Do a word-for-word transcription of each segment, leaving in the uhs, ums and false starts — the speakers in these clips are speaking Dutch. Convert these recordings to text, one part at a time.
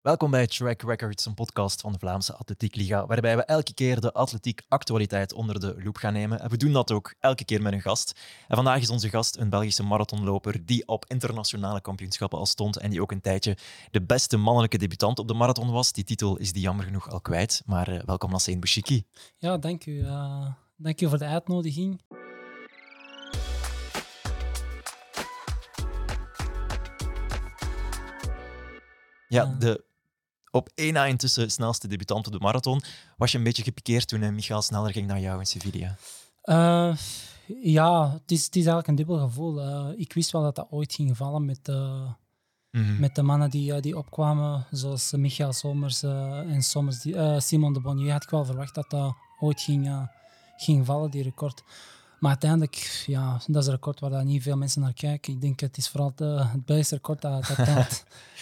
Welkom bij Track Records, een podcast van de Vlaamse Atletiek Liga, waarbij we elke keer de atletiek actualiteit onder de loep gaan nemen. En we doen dat ook elke keer met een gast. En vandaag is onze gast een Belgische marathonloper die op internationale kampioenschappen al stond en die ook een tijdje de beste mannelijke debutant op de marathon was. Die titel is die jammer genoeg al kwijt, maar uh, welkom Nasseen Bouchiki. Ja, dank u. Uh, dank u voor de uitnodiging. Ja, de op één na intussen snelste debutant op de marathon. Was je een beetje gepikeerd toen uh, Michael sneller ging naar jou in Sevilla? Uh, ja, het is, het is eigenlijk een dubbel gevoel. Uh, ik wist wel dat dat ooit ging vallen met, uh, mm-hmm. met de mannen die, uh, die opkwamen, zoals uh, Michael Somers uh, en Somers, die, uh, Simon de Bonnier. Had ik wel verwacht dat dat ooit ging, uh, ging vallen, die record. Maar uiteindelijk, ja, dat is een record waar niet veel mensen naar kijken. Ik denk, het is vooral de, het Belgische record dat, dat telt.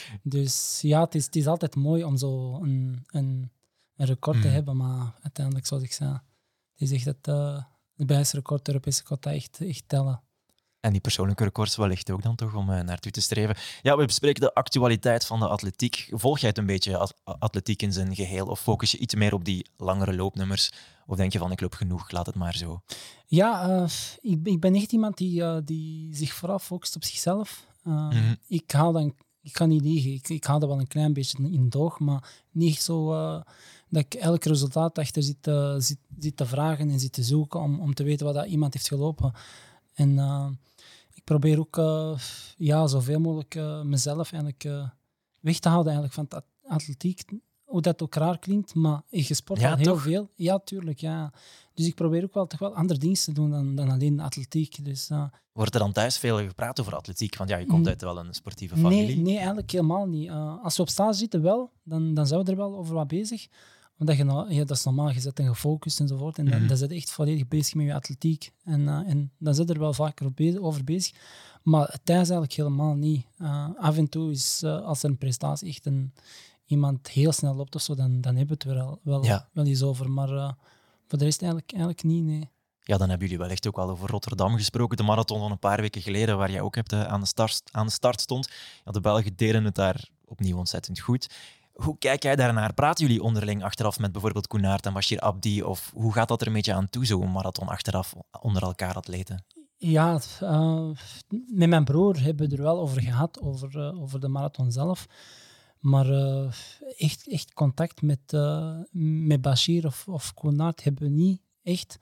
Dus ja, het is, het is altijd mooi om zo een, een, een record mm. te hebben. Maar uiteindelijk, zoals ik zei, het is echt het, uh, het Belgische record, het Europese record, dat echt, echt tellen. En die persoonlijke records wellicht ook dan toch om uh, naartoe te streven. Ja, we bespreken de actualiteit van de atletiek. Volg jij het een beetje, at- atletiek in zijn geheel? Of focus je iets meer op die langere loopnummers? Of denk je van, ik loop genoeg, laat het maar zo? Ja, uh, ik, ik ben echt iemand die, uh, die zich vooral focust op zichzelf. Uh, mm-hmm. Ik haal dan, ik kan niet liegen, ik, ik haal dat wel een klein beetje in het oog, maar niet zo uh, dat ik elk resultaat achter zit, uh, zit, zit te vragen en zit te zoeken om, om te weten wat dat iemand heeft gelopen. En uh, ik probeer ook uh, ja, zoveel mogelijk uh, mezelf eigenlijk, uh, weg te houden eigenlijk, van het atletiek. Hoe dat ook raar klinkt, maar je sport ja, al heel toch? veel. Ja, tuurlijk. Ja. Dus ik probeer ook wel, toch wel andere dingen te doen dan, dan alleen atletiek. Dus, uh, Wordt er dan thuis veel gepraat over atletiek? Want ja, je komt n- uit wel een sportieve familie. Nee, nee eigenlijk helemaal niet. Uh, als we op stage zitten wel, dan, dan zijn we er wel over wat bezig. Omdat je nou, ja, dat is normaal, je zit en gefocust enzovoort. En dan, mm-hmm. dan zit je echt volledig bezig met je atletiek. En, uh, en dan zit er wel vaker bezig, over bezig. Maar thuis eigenlijk helemaal niet. Uh, af en toe is, uh, als er een prestatie echt een... iemand heel snel loopt of zo, dan, dan hebben we het er wel, wel, ja. wel eens over. Maar uh, voor de rest eigenlijk, eigenlijk niet, nee. Ja, dan hebben jullie wel echt ook wel over Rotterdam gesproken. De marathon van een paar weken geleden, waar jij ook hebt, uh, aan, de start, aan de start stond. Ja, de Belgen deden het daar opnieuw ontzettend goed. Hoe kijk jij daarnaar? Praten jullie onderling achteraf met bijvoorbeeld Koenaert en Bashir Abdi? Of hoe gaat dat er een beetje aan toe, zo'n marathon achteraf onder elkaar atleten? Ja, uh, met mijn broer hebben we er wel over gehad, over, uh, over de marathon zelf. Maar uh, echt, echt contact met, uh, met Bashir of, of Koenaert hebben we niet echt.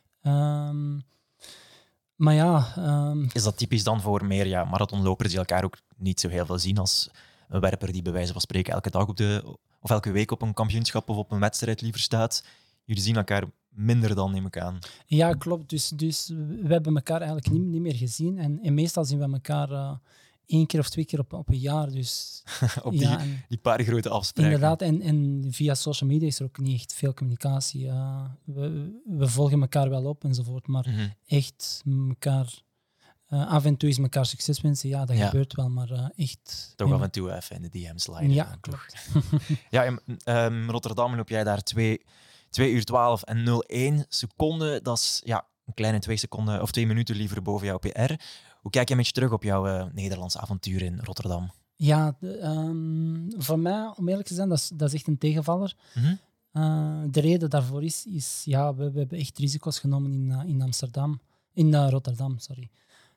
Um, maar ja... Um... Is dat typisch dan voor meer ja, marathonlopers die elkaar ook niet zo heel veel zien als een werper die bij wijze van spreken elke dag op de, of elke week op een kampioenschap of op een wedstrijd liever staat? Jullie zien elkaar minder dan, neem ik aan. Ja, klopt. Dus, dus we hebben elkaar eigenlijk niet, niet meer gezien. En, en meestal zien we elkaar... Uh, Eén keer of twee keer op, op een jaar. Dus, op die, ja, en, die paar grote afspraken. Inderdaad, en, en via social media is er ook niet echt veel communicatie. Uh, we, we volgen elkaar wel op enzovoort, maar mm-hmm. echt elkaar... Uh, af en toe is elkaar succes wensen, ja, dat ja. gebeurt wel, maar uh, echt... Toch ja. af en toe even in de D M's sliden. Ja, klopt. ja, in um, Rotterdam loop jij daar twee uur twaalf en nul één seconden. Dat is ja, een kleine twee seconden, of twee minuten liever boven jouw P R. Hoe kijk je een beetje terug op jouw uh, Nederlandse avontuur in Rotterdam? Ja, de, um, voor mij, om eerlijk te zijn, dat is, dat is echt een tegenvaller. Mm-hmm. Uh, de reden daarvoor is, is ja, we, we hebben echt risico's genomen in, uh, in Amsterdam. In uh, Rotterdam, sorry.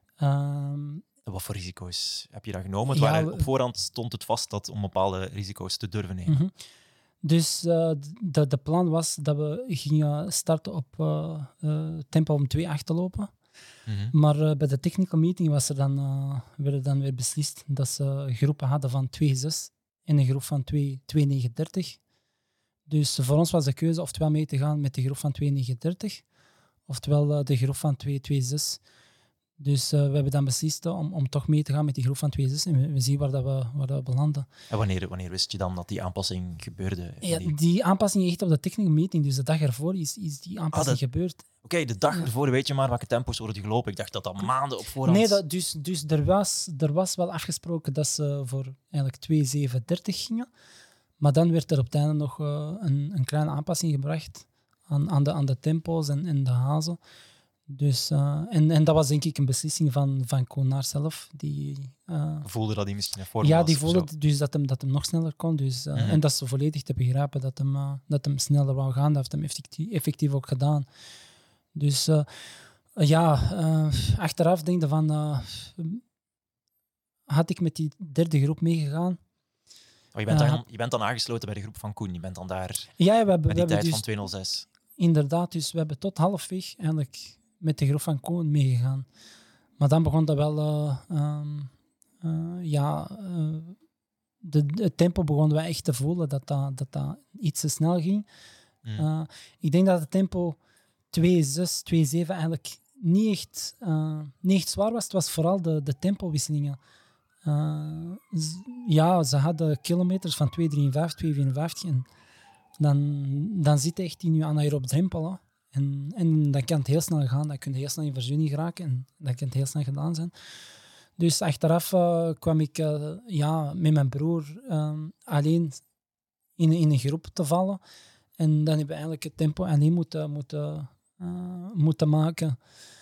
Um, Wat voor risico's heb je dan genomen? Het ja, waren, op voorhand stond het vast dat om bepaalde risico's te durven nemen. Mm-hmm. Dus uh, de, de plan was dat we gingen starten op uh, uh, tempo om twee acht te lopen. Mm-hmm. Maar uh, bij de technical meeting was er dan, uh, werd er dan weer beslist dat ze groepen hadden van twee zes en een groep van twee negen dertig. Dus voor ons was de keuze oftewel mee te gaan met de groep van twee negen dertig, oftewel uh, de groep van twee zes. Dus uh, we hebben dan beslist om, om toch mee te gaan met die groep van twee zes en we, we zien waar, dat we, waar dat we belanden. En wanneer, wanneer wist je dan dat die aanpassing gebeurde? Ja, die... die aanpassing echt op de technical meeting, dus de dag ervoor is, is die aanpassing ah, dat... gebeurd. Oké, okay, de dag ja. ervoor weet je maar welke tempo's worden gelopen. Ik dacht dat dat maanden op voorhand... Nee, dat, dus, dus er, was, er was wel afgesproken dat ze voor eigenlijk twee zeven dertig gingen. Maar dan werd er op het einde nog uh, een, een kleine aanpassing gebracht aan, aan, de, aan de tempo's en, en de hazen. Dus, uh, en, en dat was denk ik een beslissing van, van Koenaar zelf. Die, uh, voelde dat hij misschien een vorm ja, was? die voelde dus dat hem, dat hem nog sneller kon. Dus, uh, mm-hmm. En dat is volledig te begrijpen dat hem, uh, dat hem sneller wou gaan. Dat heeft hem effectief, effectief ook gedaan. Dus uh, ja, uh, achteraf denk ik van... Uh, had ik met die derde groep meegegaan. Oh, je, bent uh, dan, je bent dan aangesloten bij de groep van Koen. Je bent dan daar ja, we hebben, met die we tijd dus, van tweehonderdzes. Inderdaad, dus we hebben tot halfweg eigenlijk met de groep van Koen meegegaan. Maar dan begon dat wel... Uh, um, uh, ja, uh, de, het tempo begonnen we echt te voelen dat dat, dat, dat iets te snel ging. Mm. Uh, ik denk dat het tempo twee zes, twee zeven eigenlijk niet echt, uh, niet echt zwaar was. Het was vooral de, de tempowisselingen. Uh, z- ja, ze hadden kilometers van twee drieënvijftig, twee vierenvijftig en dan, dan zit je echt in je anaerobe drempel. Hè. En, en dan kan het heel snel gaan, dan kun je heel snel in verzuring geraken en dan kan het heel snel gedaan zijn. Dus achteraf uh, kwam ik uh, ja, met mijn broer uh, alleen in, in een groep te vallen. En dan hebben we eigenlijk het tempo alleen moeten, moeten, uh, moeten maken.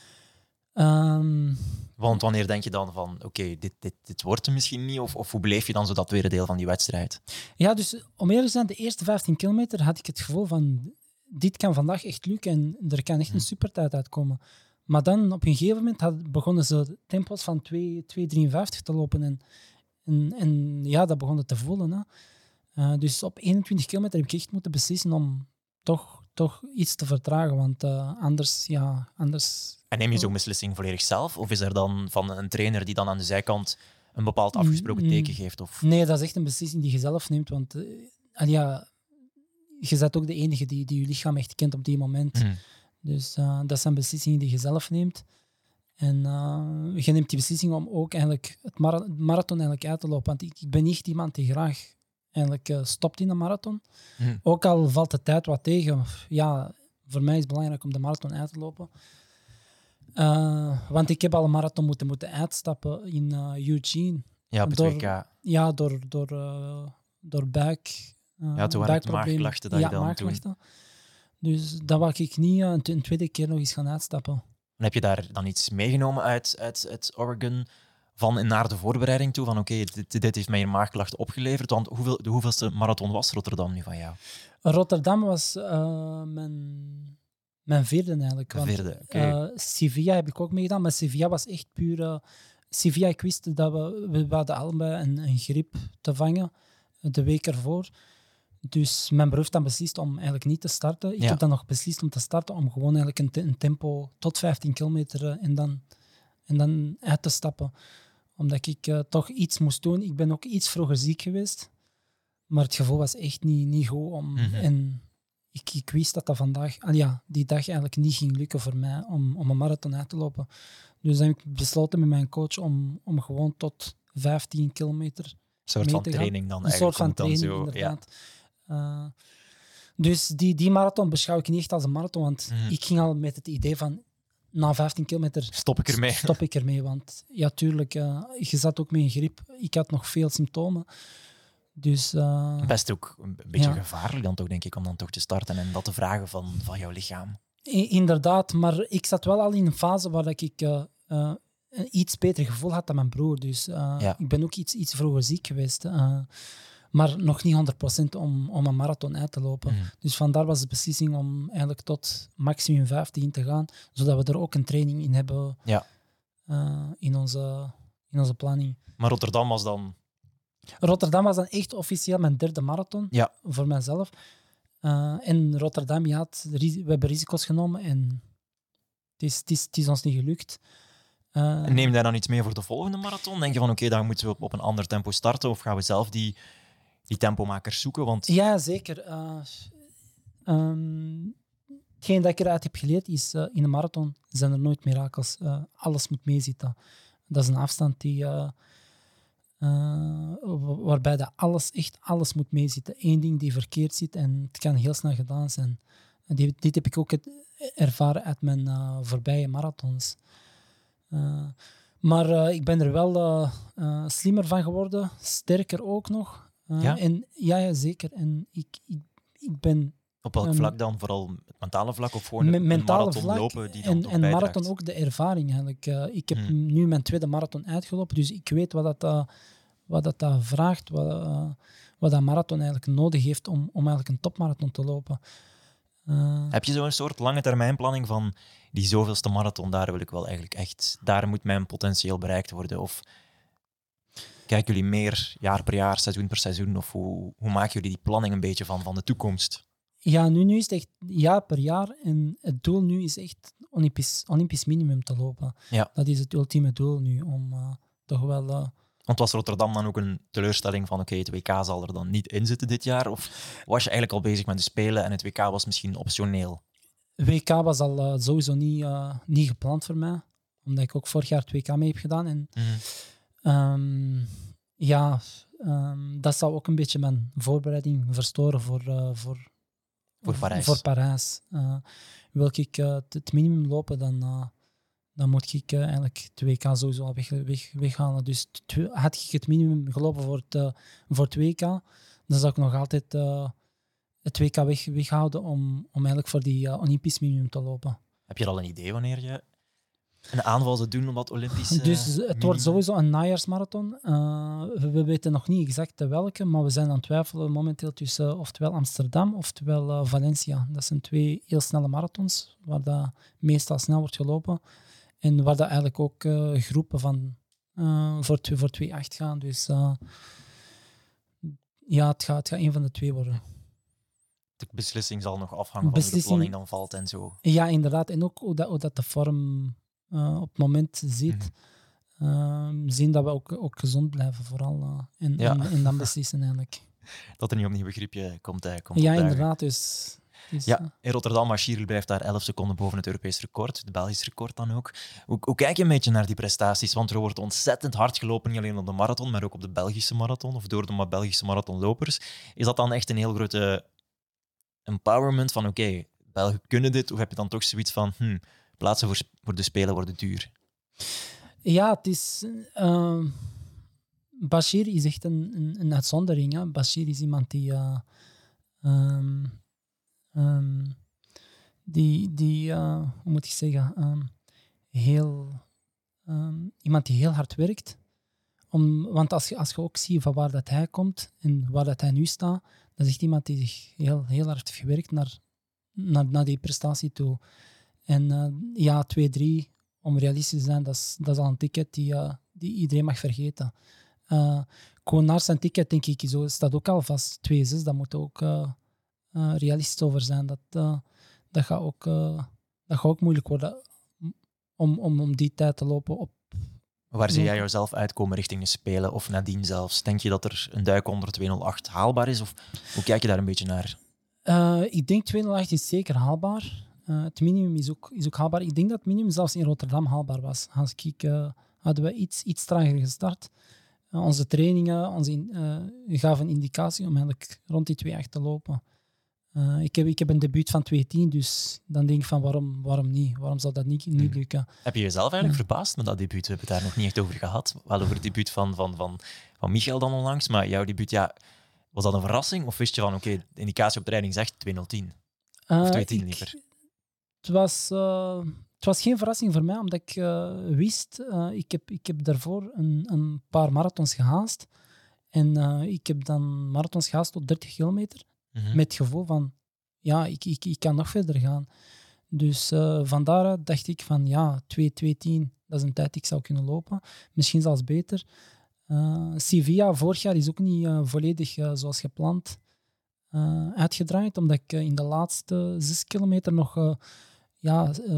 Um, Want wanneer denk je dan van, oké, okay, dit, dit, dit wordt er misschien niet? Of, of hoe beleef je dan zo dat tweede deel van die wedstrijd? Ja, dus om eerlijk te zijn, de eerste vijftien kilometer had ik het gevoel van, dit kan vandaag echt lukken en er kan echt een supertijd uitkomen. Maar dan op een gegeven moment had, begonnen ze tempo's van twee drieënvijftig te lopen. En, en, en ja, dat begon het te voelen. Hè. Uh, dus op eenentwintig kilometer heb ik echt moeten beslissen om toch, toch iets te vertragen. Want uh, anders, ja, anders... En neem je zo'n beslissing volledig zelf? Of is er dan van een trainer die dan aan de zijkant een bepaald afgesproken teken geeft? Of... Nee, dat is echt een beslissing die je zelf neemt. Want uh, ja, je bent ook de enige die, die je lichaam echt kent op die moment. Mm. Dus uh, dat zijn beslissingen die je zelf neemt. En uh, je neemt die beslissing om ook eigenlijk het mara- marathon eigenlijk uit te lopen. Want ik, ik ben niet iemand die graag eigenlijk uh, stopt in een marathon. Mm. Ook al valt de tijd wat tegen. Ja, voor mij is het belangrijk om de marathon uit te lopen. Uh, want ik heb al een marathon moeten, moeten uitstappen in uh, Eugene. Ja, op het door, W K. Ja, door, door, uh, door buik. Uh, ja, toen waren het maagklachten dat ja, je dan maagklachten. Toen... Dus dat wou ik niet uh, een tweede keer nog eens gaan uitstappen. En heb je daar dan iets meegenomen uit, uit, uit Oregon van en naar de voorbereiding toe? Van oké, okay, dit, dit heeft mij een maagklacht opgeleverd. Want hoeveel, de hoeveelste marathon was Rotterdam nu van jou? Rotterdam was uh, mijn, mijn vierde eigenlijk. Want, vierde, okay. uh, Sevilla heb ik ook meegedaan, maar Sevilla was echt puur... Uh, Sevilla, ik wist dat we, we hadden allebei een, een grip te vangen de week ervoor. Dus mijn broer heeft dan beslist om eigenlijk niet te starten. Ik ja. heb dan nog beslist om te starten, om gewoon eigenlijk een, te- een tempo tot vijftien kilometer uh, en, dan, en dan uit te stappen. Omdat ik uh, toch iets moest doen. Ik ben ook iets vroeger ziek geweest. Maar het gevoel was echt niet, niet goed. Om, mm-hmm. En ik, ik wist dat dat vandaag, al ja, die dag eigenlijk niet ging lukken voor mij om, om een marathon uit te lopen. Dus dan heb ik besloten met mijn coach om, om gewoon tot vijftien kilometer Een soort van training dan een eigenlijk. Een soort van training, zo, inderdaad. Ja. Uh, dus die, die marathon beschouw ik niet echt als een marathon, want mm. ik ging al met het idee van na vijftien kilometer stop ik ermee. Stop ik ermee, want ja, tuurlijk, uh, je zat ook met een griep. Ik had nog veel symptomen. Dus, uh, best ook een beetje ja. gevaarlijk dan toch, denk ik, om dan toch te starten en dat te vragen van, van jouw lichaam. I- inderdaad, maar ik zat wel al in een fase waar ik uh, uh, een iets beter gevoel had dan mijn broer. Dus uh, ja. ik ben ook iets, iets vroeger ziek geweest. Uh, Maar nog niet honderd procent om, om een marathon uit te lopen. Mm. Dus vandaar was de beslissing om eigenlijk tot maximum vijftien te gaan, zodat we er ook een training in hebben ja. uh, in, onze, in onze planning. Maar Rotterdam was dan... Rotterdam was dan echt officieel mijn derde marathon ja. voor mijzelf. Uh, en Rotterdam, ja, het, we hebben risico's genomen en het is, het is, het is ons niet gelukt. Uh, Neem jij dan iets mee voor de volgende marathon? Denk je van oké, okay, dan moeten we op, op een ander tempo starten of gaan we zelf die... die tempomakers zoeken? Want... Ja, zeker. Uh, um, hetgeen dat ik eruit heb geleerd is, uh, in een marathon zijn er nooit mirakels. Uh, alles moet meezitten. Dat is een afstand die, uh, uh, waarbij dat alles, echt alles moet meezitten. Eén ding die verkeerd zit en het kan heel snel gedaan zijn. En die, dit heb ik ook het, ervaren uit mijn uh, voorbije marathons. Uh, maar uh, ik ben er wel uh, uh, slimmer van geworden, sterker ook nog. Uh, ja? En, ja, ja, zeker. En ik, ik, ik ben... Op welk Um, vlak dan? Vooral het mentale vlak of gewoon me- een mentale marathon vlak lopen die dan en, toch en bijdraagt? marathon ook de ervaring eigenlijk. Uh, ik heb Hmm. nu mijn tweede marathon uitgelopen, dus ik weet wat dat, uh, wat dat uh, vraagt, wat, uh, wat dat marathon eigenlijk nodig heeft om, om eigenlijk een topmarathon te lopen. Uh, Heb je zo'n soort lange termijnplanning van die zoveelste marathon, daar wil ik wel eigenlijk echt, daar moet mijn potentieel bereikt worden? Of kijken jullie meer jaar per jaar, seizoen per seizoen? Of hoe, hoe maken jullie die planning een beetje van, van de toekomst? Ja, nu, nu is het echt jaar per jaar. En het doel nu is echt Olympisch, Olympisch minimum te lopen. Ja. Dat is het ultieme doel nu, om uh, toch wel... Uh, Want was Rotterdam dan ook een teleurstelling van oké, okay, het W K zal er dan niet in zitten dit jaar? Of was je eigenlijk al bezig met de Spelen en het W K was misschien optioneel? W K was al uh, sowieso niet, uh, niet gepland voor mij. Omdat ik ook vorig jaar het W K mee heb gedaan. En, mm-hmm. um, ja, um, dat zou ook een beetje mijn voorbereiding verstoren voor... Uh, voor Voor Parijs. Voor Parijs. Uh, wil ik uh, het minimum lopen, dan, uh, dan moet ik uh, eigenlijk het W K sowieso al weg, weg, weghalen. Dus t- had ik het minimum gelopen voor het, uh, voor het W K, dan zou ik nog altijd uh, het W K weg, weghouden om, om eigenlijk voor die uh, Olympisch minimum te lopen. Heb je al een idee wanneer je een aanval zou doen om dat Olympisch uh, Dus het minimum? wordt sowieso een najaarsmarathon. Uh, we, we weten nog niet exact welke, maar we zijn aan het twijfelen momenteel tussen uh, oftewel Amsterdam oftewel uh, Valencia. Dat zijn twee heel snelle marathons, waar dat meestal snel wordt gelopen. En waar dat eigenlijk ook uh, groepen van uh, voor, voor twee acht gaan. Dus uh, ja, het gaat, het gaat een van de twee worden. De beslissing zal nog afhangen Beslissing... van hoe de planning dan valt en zo. Ja, inderdaad. En ook hoe dat, hoe dat de vorm uh, op het moment zit. Mm-hmm. Uh, zien dat we ook, ook gezond blijven, vooral. Uh, en, ja. en, en dan beslissen eigenlijk. Dat er niet opnieuw een griepje komt. Uh, komt ja, inderdaad. Dus, dus, ja, in Rotterdam, maar Schierl blijft daar elf seconden boven het Europees record, het Belgisch record dan ook. Hoe, hoe kijk je een beetje naar die prestaties? Want er wordt ontzettend hard gelopen, niet alleen op de marathon, maar ook op de Belgische marathon, of door de Belgische marathonlopers. Is dat dan echt een heel grote empowerment van oké, okay, Belgen kunnen dit, of heb je dan toch zoiets van hm, plaatsen voor, voor de Spelen worden duur? Ja, het is... Uh, Bashir is echt een, een, een uitzondering. Hè? Bashir is iemand die... Uh, um, um, die, die uh, hoe moet ik zeggen... Um, heel... Um, iemand die heel hard werkt. Om, want als je, als je ook ziet van waar dat hij komt en waar dat hij nu staat, dat is echt iemand die zich heel, heel hard heeft gewerkt naar, naar, naar die prestatie toe. En uh, ja, twee drie, om realistisch te zijn, dat is, dat is al een ticket die, uh, die iedereen mag vergeten. Uh, gewoon naar zijn ticket, denk ik, zo staat ook al vast twee zes. Dat moet ook uh, uh, realistisch over zijn. Dat, uh, dat, gaat ook, uh, dat gaat ook moeilijk worden om, om, om die tijd te lopen op. Waar zie jij jezelf uitkomen richting de Spelen of nadien zelfs? Denk je dat er een duik onder twee nul acht haalbaar is? Of hoe kijk je daar een beetje naar? Uh, ik denk twee nul acht is zeker haalbaar. Uh, het minimum is ook, is ook haalbaar. Ik denk dat het minimum zelfs in Rotterdam haalbaar was. Als ik, uh, hadden we iets, iets trager gestart. Uh, onze trainingen onze in, uh, gaven een indicatie om eigenlijk rond die twee acht te lopen. Uh, ik, heb, ik heb een debuut van twee tien, dus dan denk ik van waarom, waarom niet? Waarom zou dat niet, niet lukken? Heb je jezelf eigenlijk uh. verbaasd met dat debuut? We hebben het daar nog niet echt over gehad. Wel over het debuut van, van, van, van Michael dan onlangs, maar jouw debuut, ja, was dat een verrassing? Of wist je van, oké, okay, de indicatie op de training zegt twee nul tien? Uh, of twee tien liever? Het was, uh, het was geen verrassing voor mij, omdat ik uh, wist, uh, ik, heb, ik heb daarvoor een, een paar marathons gehaast. En uh, ik heb dan marathons gehaast tot dertig kilometer. Mm-hmm. Met het gevoel van, ja, ik, ik, ik kan nog verder gaan. Dus uh, van daaruit dacht ik van, ja, twee twee tien, dat is een tijd die ik zou kunnen lopen. Misschien zelfs beter. Uh, Sevilla vorig jaar is ook niet uh, volledig uh, zoals gepland uh, uitgedraaid, omdat ik uh, in de laatste zes kilometer nog uh, ja, uh,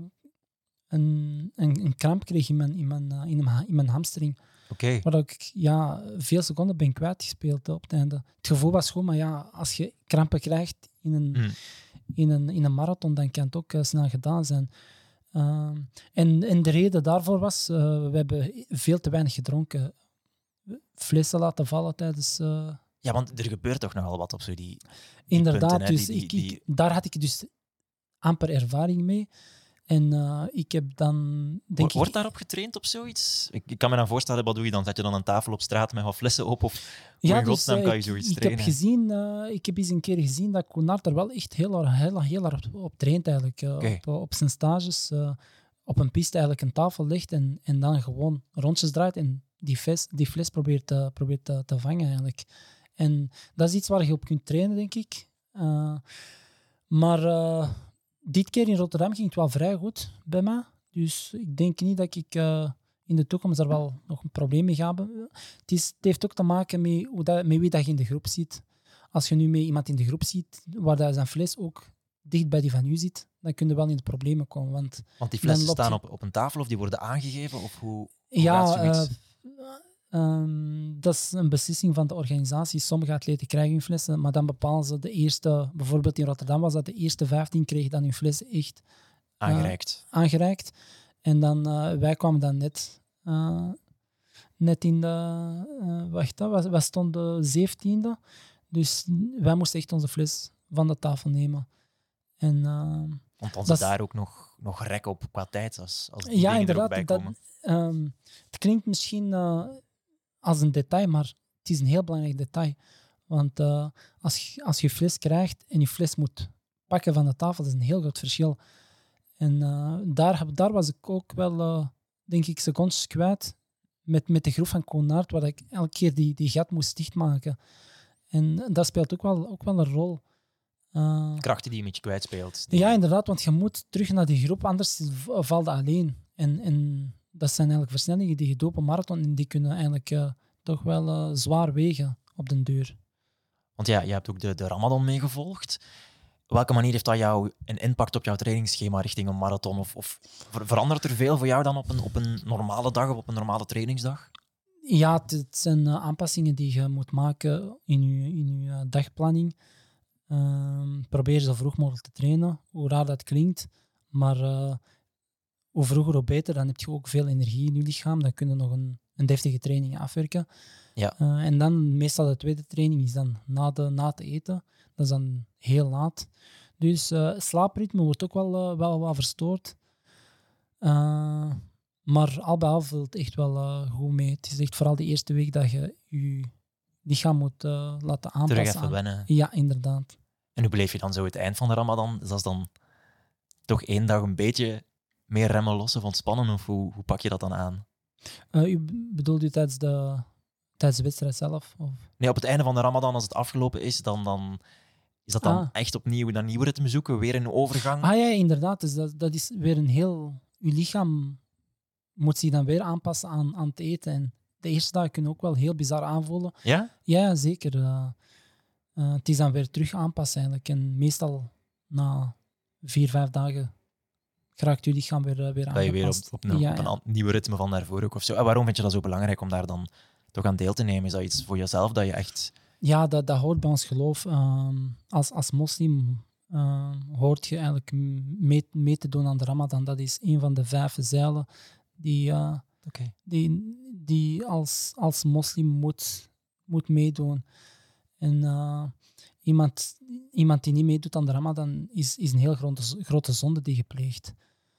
een, een, een kramp kreeg in mijn, in mijn, uh, in mijn, in mijn hamstring. Okay. Waar ik ja, veel seconden ben kwijtgespeeld op het einde. Het gevoel was gewoon, maar ja, als je krampen krijgt in een, mm. in een, in een marathon, dan kan het ook uh, snel gedaan zijn. Uh, en, en de reden daarvoor was, uh, we hebben veel te weinig gedronken. Flessen laten vallen tijdens... Uh... Ja, want er gebeurt toch nogal wat op zo die, die Inderdaad, punten, dus die, die, ik, die... Ik, daar had ik dus amper ervaring mee. En uh, ik heb dan, denk Wordt ik... daarop getraind op zoiets? Ik, ik kan me dan voorstellen, wat doe je dan? Zet je dan een tafel op straat met wat flessen op? Of hoe ja, in godsnaam dus, uh, kan je zoiets ik, trainen? Ik heb, gezien, uh, ik heb eens een keer gezien dat Koen Aert er wel echt heel, heel, heel erg op, op traint eigenlijk. Uh, okay. op, op zijn stages, uh, op een piste eigenlijk een tafel legt en, en dan gewoon rondjes draait en die fles, die fles probeert, uh, probeert uh, te vangen eigenlijk. En dat is iets waar je op kunt trainen, denk ik. Uh, maar uh, dit keer in Rotterdam ging het wel vrij goed bij mij. Dus ik denk niet dat ik uh, in de toekomst daar wel nog een probleem mee ga hebben. Het, is, het heeft ook te maken met, hoe dat, met wie dat je in de groep zit. Als je nu met iemand in de groep zit, waar dat zijn fles ook dicht bij die van u zit, dan kun je wel in de problemen komen. Want, want die flessen staan op, op een tafel of die worden aangegeven? Of hoe, hoe ja, gaat zoiets? Uh, um, dat is een beslissing van de organisatie. Sommige atleten krijgen hun flessen, maar dan bepalen ze de eerste... Bijvoorbeeld in Rotterdam was dat de eerste vijftien kregen dan hun flessen echt... Uh, aangereikt. aangereikt. En dan, uh, wij kwamen dan net, uh, net in de... Uh, wacht, dat was, stond de zeventiende. Dus wij moesten echt onze fles van de tafel nemen. En, uh, Want dan is daar ook nog, nog rek op qua tijd als, als die ja, dingen er ook inderdaad, bij komen. Dat, um, het klinkt misschien uh, als een detail, maar het is een heel belangrijk detail. Want uh, als, je, als je fles krijgt en je fles moet pakken van de tafel, dat is een heel groot verschil. En uh, daar, daar was ik ook wel, uh, denk ik, secondes kwijt met, met de groep van Koen Aert, waar ik elke keer die, die gat moest dichtmaken. En dat speelt ook wel, ook wel een rol. Uh, Krachten die je met je kwijtspeelt. Die... Ja, inderdaad, want je moet terug naar die groep, anders valt je alleen. En, en dat zijn eigenlijk versnellingen die je doet op een marathon en die kunnen eigenlijk uh, toch wel uh, zwaar wegen op den deur. Want ja, je hebt ook de, de Ramadan meegevolgd. Op welke manier heeft dat jou een impact op jouw trainingsschema richting een marathon? Of, of verandert er veel voor jou dan op een, op een normale dag of op een normale trainingsdag? Ja, het, het zijn uh, aanpassingen die je moet maken in je, in je uh, dagplanning. Uh, probeer zo vroeg mogelijk te trainen, hoe raar dat klinkt. Maar uh, hoe vroeger, hoe beter. Dan heb je ook veel energie in je lichaam. Dan kun je nog een, een deftige training afwerken. Ja. Uh, en dan meestal de tweede training is dan na, de, na het eten. Dat is dan heel laat. Dus uh, slaapritme wordt ook wel, uh, wel wat verstoord. Uh, maar al bij al valt het echt wel uh, goed mee. Het is echt vooral de eerste week dat je je lichaam moet uh, laten aanpassen. Terug even aan... wennen. Ja, inderdaad. En hoe beleef je dan zo het eind van de Ramadan? Is dat dan toch één dag een beetje meer remmen los of ontspannen? Of hoe, hoe pak je dat dan aan? Uh, u bedoelt u tijdens de, tijdens de wedstrijd zelf? Of? Nee, op het einde van de Ramadan, als het afgelopen is, dan, dan is dat dan ah. echt opnieuw dat nieuwe ritme zoeken, weer een overgang? Ah ja, inderdaad. Dus dat, dat is weer een heel... Uw lichaam moet zich dan weer aanpassen aan, aan het eten. En de eerste dagen kunnen ook wel heel bizar aanvoelen. Ja? Ja, zeker. Uh, uh, het is dan weer terug aanpassen eigenlijk. En meestal na vier, vijf dagen raakt je lichaam weer, uh, weer aangepast. Dat je weer op, op een, ja, op een ja. nieuwe ritme van daarvoor ook of zo. En waarom vind je dat zo belangrijk om daar dan toch aan deel te nemen? Is dat iets voor jezelf dat je echt... Ja, dat, dat hoort bij ons geloof. Um, als, als moslim um, hoort je eigenlijk mee, mee te doen aan de Ramadan. Dat is een van de vijf zeilen die, uh, okay. die, die als, als moslim moet, moet meedoen. En uh, iemand, iemand die niet meedoet aan de Ramadan is, is een heel grote, grote zonde die je pleegt.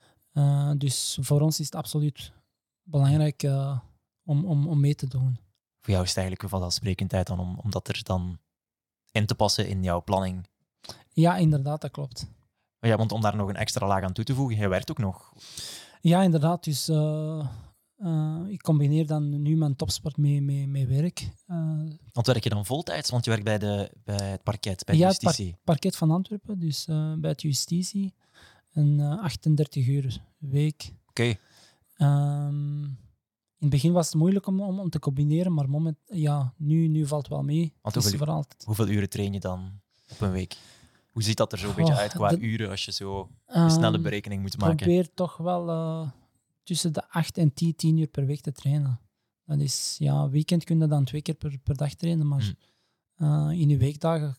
Uh, dus voor ons is het absoluut belangrijk uh, om, om, om mee te doen. Voor jou is het eigenlijk een vanzelfsprekendheid dan om, om dat er dan in te passen in jouw planning. Ja, inderdaad, dat klopt. Ja, want om daar nog een extra laag aan toe te voegen, jij werkt ook nog. Ja, inderdaad. Dus uh, uh, ik combineer dan nu mijn topsport mee, mee, mee werk. Uh, want werk je dan voltijds? Want je werkt bij, de, bij het parket, bij ja, justitie. het par- parket van Antwerpen, dus uh, bij het justitie. Een uh, achtendertig uur week. Oké. Okay. Um, in het begin was het moeilijk om, om, om te combineren, maar moment, ja, nu, nu valt het wel mee. Want dus hoeveel, vooral... hoeveel uren train je dan op een week? Hoe ziet dat er zo'n oh, beetje uit qua de, uren als je zo een um, snelle berekening moet maken? Ik probeer toch wel uh, tussen de acht en tien, tien uur per week te trainen. Dat is, ja, weekend kun je dan twee keer per, per dag trainen, maar hmm. uh, in je weekdagen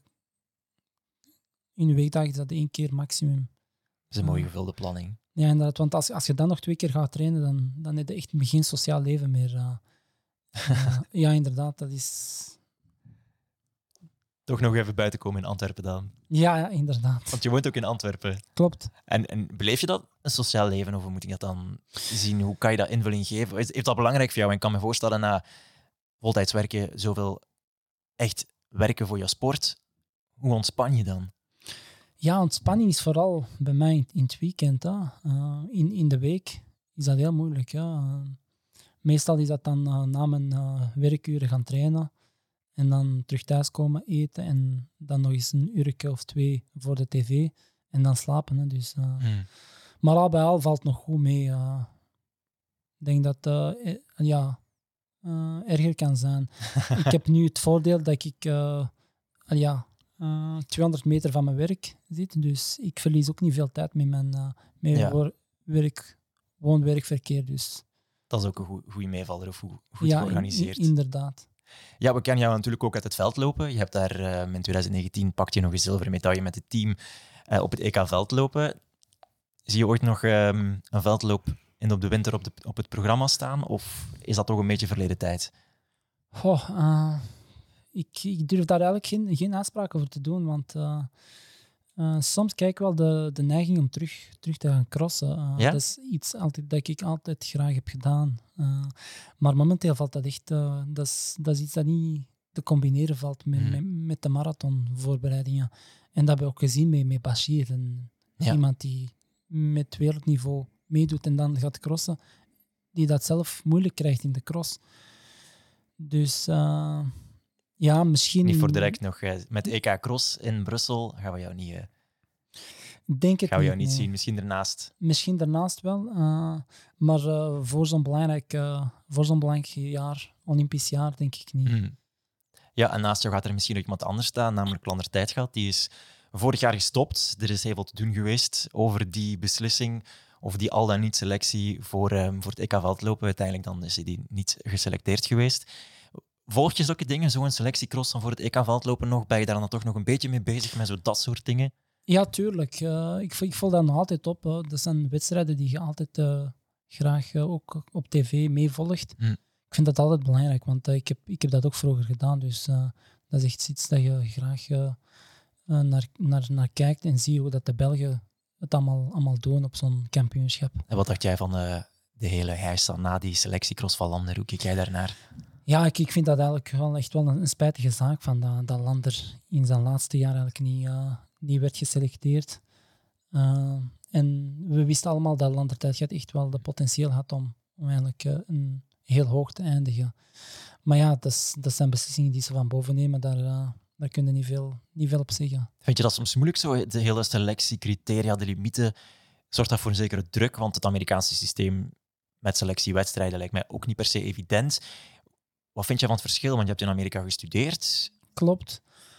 in je weekdagen is dat één keer maximum. Dat is een mooie gevulde planning. Ja, inderdaad, want als, als je dan nog twee keer gaat trainen, dan, dan heb je echt geen sociaal leven meer. Uh, uh, ja, inderdaad, dat is... Toch nog even buiten komen in Antwerpen dan. Ja, ja, inderdaad. Want je woont ook in Antwerpen. Klopt. En, en beleef je dat, een sociaal leven, of hoe moet ik dat dan zien? Hoe kan je dat invulling geven? Is, is dat belangrijk voor jou? En ik kan me voorstellen, na voltijds werken, zoveel echt werken voor je sport, hoe ontspan je dan? Ja, ontspanning is vooral bij mij in het weekend. Hè. Uh, in, in de week is dat heel moeilijk. Ja. Uh, meestal is dat dan uh, na mijn uh, werkuren gaan trainen en dan terug thuiskomen, eten en dan nog eens een uurtje of twee voor de tv en dan slapen. Hè. Dus, uh, hmm. Maar al bij al valt het nog goed mee. Uh, ik denk dat uh, ja, uh, erger kan zijn. Ik heb nu het voordeel dat ik uh, ja, uh, tweehonderd meter van mijn werk zit, dus ik verlies ook niet veel tijd met mijn uh, met ja. werk, woon-werkverkeer. Dus. Dat is ook een goede meevaller, of goed, goed ja, georganiseerd. In, inderdaad. Ja, we kennen jou natuurlijk ook uit het veldlopen. Je hebt daar uh, in twintig negentien pakte je nog een zilveren medaille met het team uh, op het E K veldlopen. Zie je ooit nog um, een veldloop in op de winter op, de, op het programma staan? Of is dat toch een beetje verleden tijd? Goh, uh, ik, ik durf daar eigenlijk geen, geen uitspraak over te doen, want uh, uh, soms kijk ik wel de, de neiging om terug, terug te gaan crossen. Uh, ja? Dat is iets altijd, dat ik altijd graag heb gedaan. Uh, maar momenteel valt dat echt... Uh, dat, is, dat is iets dat niet te combineren valt met, hmm. met, met de marathonvoorbereidingen. En dat hebben we ook gezien met, met Bashir. En ja. Iemand die met wereldniveau meedoet en dan gaat crossen, die dat zelf moeilijk krijgt in de cross. Dus uh, ja, misschien... Niet voor direct nog. Met E K Cross in Brussel gaan we jou niet, uh, Denk het gaan we jou niet, niet nee. zien. Misschien daarnaast. Misschien daarnaast wel. Uh, maar uh, voor zo'n belangrijk, uh, voor zo'n belangrijk jaar, Olympisch jaar, denk ik niet. Mm. Ja, en naast jou gaat er misschien ook iemand anders staan, namelijk Lander Tijtgat. Die is vorig jaar gestopt. Er is heel veel te doen geweest over die beslissing of die al dan niet selectie voor, um, voor het E K veldlopen. Uiteindelijk dan is hij niet geselecteerd geweest. Volg je zulke dingen, zo'n selectiecross dan voor het E K veldlopen nog? Ben je daar dan toch nog een beetje mee bezig met zo dat soort dingen? Ja, tuurlijk. Uh, ik, ik volg dat nog altijd op. Hè. Dat zijn wedstrijden die je altijd uh, graag uh, ook op tv meevolgt. Hm. Ik vind dat altijd belangrijk, want uh, ik, heb, ik heb dat ook vroeger gedaan. Dus uh, dat is echt iets dat je graag uh, uh, naar, naar, naar kijkt en ziet hoe dat de Belgen het allemaal, allemaal doen op zo'n kampioenschap. En wat dacht jij van uh, de hele heisa na die selectiecross van Lander? Hoe kijk jij daarnaar? Ja, ik, ik vind dat eigenlijk wel echt wel een, een spijtige zaak van dat, dat Lander in zijn laatste jaar eigenlijk niet, uh, niet werd geselecteerd. Uh, en we wisten allemaal dat Lander Tijtgat echt wel de potentieel had om, om eigenlijk uh, een heel hoog te eindigen. Maar ja, dat, is, dat zijn beslissingen die ze van boven nemen. Daar, uh, daar kun je niet veel, niet veel op zeggen. Vind je dat soms moeilijk zo? De hele selectiecriteria, de limieten, zorgt dat voor een zekere druk? Want het Amerikaanse systeem met selectiewedstrijden lijkt mij ook niet per se evident. Wat vind je van het verschil? Want je hebt in Amerika gestudeerd. Klopt.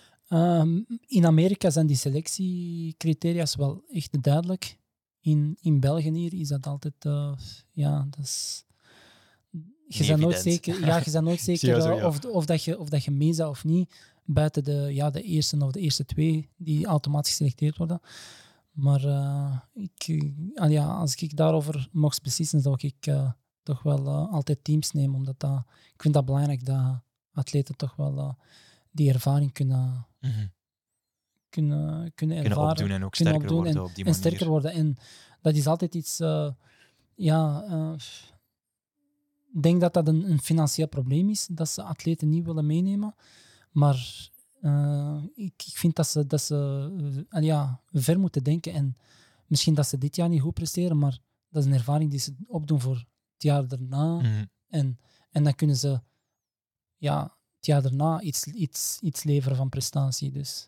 Um, in Amerika zijn die selectiecriteria's wel echt duidelijk. In, in België hier is dat altijd... Uh, ja, dat is... Je bent nooit zeker, ja, je bent nooit zeker zo, ja. of, of, dat je, of dat je mee zou of niet, buiten de, ja, de eerste of de eerste twee die automatisch geselecteerd worden. Maar uh, ik, uh, ja, als ik daarover mocht beslissen, zou ik uh, toch wel uh, altijd teams nemen. Omdat dat, ik vind dat belangrijk dat atleten toch wel uh, die ervaring kunnen, mm-hmm. kunnen, kunnen ervaren. Kunnen opdoen en ook sterker opdoen worden en, op die en manier. sterker worden. En dat is altijd iets... Uh, ja... Uh, Ik denk dat dat een, een financieel probleem is, dat ze atleten niet willen meenemen. Maar uh, ik, ik vind dat ze, dat ze uh, ja, ver moeten denken. En misschien dat ze dit jaar niet goed presteren, maar dat is een ervaring die ze opdoen voor het jaar daarna. Mm. En, en dan kunnen ze ja, het jaar daarna iets, iets, iets leveren van prestatie. Dus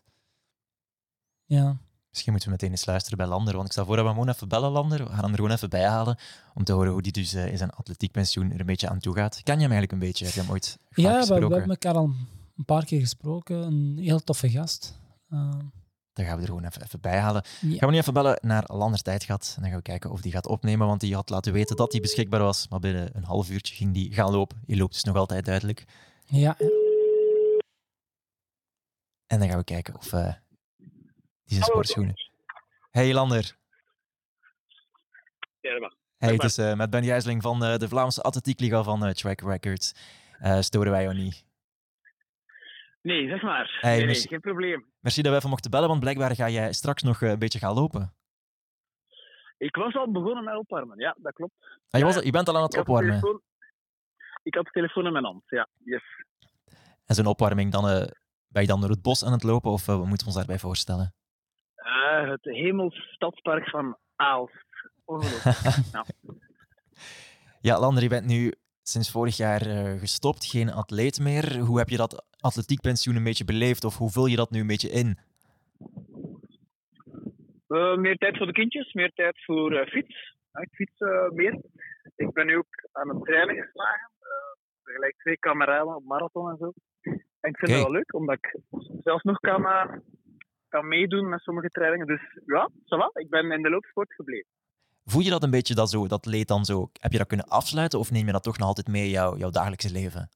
ja... Misschien moeten we meteen eens luisteren bij Lander, want ik stel voor dat we gewoon even bellen, Lander. We gaan hem er gewoon even bij halen, om te horen hoe die dus uh, in zijn atletiekpensioen er een beetje aan toe gaat. Ken je hem eigenlijk een beetje? Heb je hem ooit ja, gesproken? Ja, we, we hebben elkaar al een paar keer gesproken. Een heel toffe gast. Uh... Dan gaan we er gewoon even, even bij halen. Ja. Gaan we nu even bellen naar Lander Tijtgat en dan gaan we kijken of die gaat opnemen, want die had laten weten dat hij beschikbaar was, maar binnen een half uurtje ging die gaan lopen. Je loopt dus nog altijd duidelijk. Ja. En dan gaan we kijken of... Uh, Die zijn sportschoenen. Hey Lander. Ja, dat mag. Hey, het is uh, met Ben Gijsling van uh, de Vlaamse Atletiekliga van uh, Track Records. Uh, storen wij jou niet? Nee, zeg maar. Hey, nee, nee, merci, geen probleem. merci dat we even mochten bellen, want blijkbaar ga jij straks nog een beetje gaan lopen. Ik was al begonnen met opwarmen, ja, dat klopt. Ah, je, was, ja, je bent al aan het ik had opwarmen. telefoon, ik had de telefoon in mijn hand, ja. Yes. En zo'n opwarming, dan, uh, ben je dan door het bos aan het lopen of uh, wat moeten we ons daarbij voorstellen? Uh, het Hemelstadspark van Aalst. Ongelooflijk. ja. Ja, Lander, je bent nu sinds vorig jaar uh, gestopt, geen atleet meer. Hoe heb je dat atletiekpensioen een beetje beleefd of hoe vul je dat nu een beetje in? Uh, meer tijd voor de kindjes, meer tijd voor uh, fiets. Ja, ik fiets uh, meer. Ik ben nu ook aan het trainen geslagen. Uh, gelijk twee kameraden op marathon en zo. En ik vind het wel leuk, omdat ik zelfs nog kan, uh, kan meedoen met sommige trainingen. Dus ja, ça va. Ik ben in de loopsport gebleven. Voel je dat een beetje, dat, zo, dat leed dan zo? Heb je dat kunnen afsluiten of neem je dat toch nog altijd mee in jouw, jouw dagelijkse leven?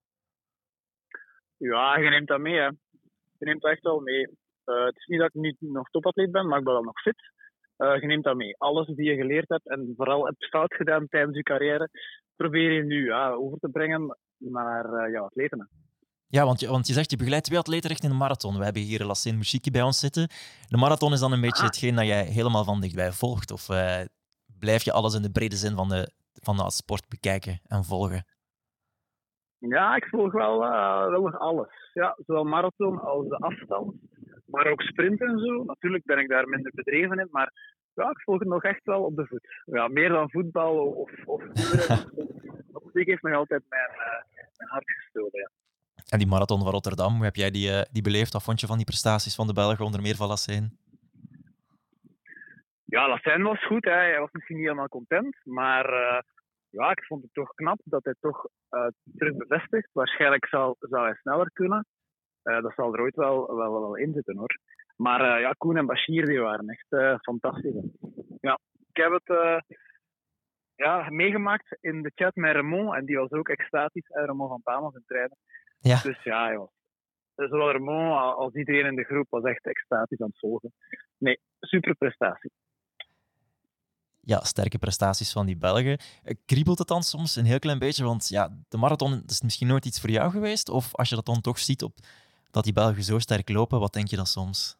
Ja, je neemt dat mee. Hè. Je neemt dat echt wel mee. Uh, het is niet dat ik nu nog topatleet ben, maar ik ben wel nog fit. Uh, je neemt dat mee. Alles die je geleerd hebt en vooral hebt fout gedaan tijdens je carrière, probeer je nu ja, over te brengen naar uh, jouw atleten. Ja, want je, want je zegt je begeleidt twee atleten richting de marathon. We hebben hier Lassine Mouchiki bij ons zitten. De marathon is dan een beetje ah. hetgeen dat jij helemaal van dichtbij volgt? Of uh, blijf je alles in de brede zin van de, van de sport bekijken en volgen? Ja, ik volg wel, uh, wel nog alles. Ja, zowel marathon als de afstand. Maar ook sprint en zo. Natuurlijk ben ik daar minder bedreven in, maar ja, ik volg het nog echt wel op de voet. Ja, meer dan voetbal of of muziek heeft nog altijd mijn, uh, mijn hart gestolen. Ja. En die marathon van Rotterdam, hoe heb jij die, uh, die beleefd? Wat vond je van die prestaties van de Belgen, onder meer van Lassine? Ja, Lassine was goed. Hè. Hij was misschien niet helemaal content, maar uh, ja, ik vond het toch knap dat hij toch uh, terug bevestigt. Waarschijnlijk zou, zou hij sneller kunnen. Uh, dat zal er ooit wel, wel, wel in zitten, hoor. Maar uh, ja, Koen en Bashir, die waren echt uh, fantastisch. Ja, ik heb het uh, ja, meegemaakt in de chat met Raymond. En die was ook extatisch. Uh, Raymond van Pamels in trainen. Ja. Dus ja, joh. Zowel Raymond als iedereen in de groep was echt extatisch aan het volgen. Nee, super prestatie. Ja, sterke prestaties van die Belgen. Kriebelt het dan soms een heel klein beetje? Want ja, de marathon is misschien nooit iets voor jou geweest. Of als je dat dan toch ziet, op, dat die Belgen zo sterk lopen, wat denk je dan soms?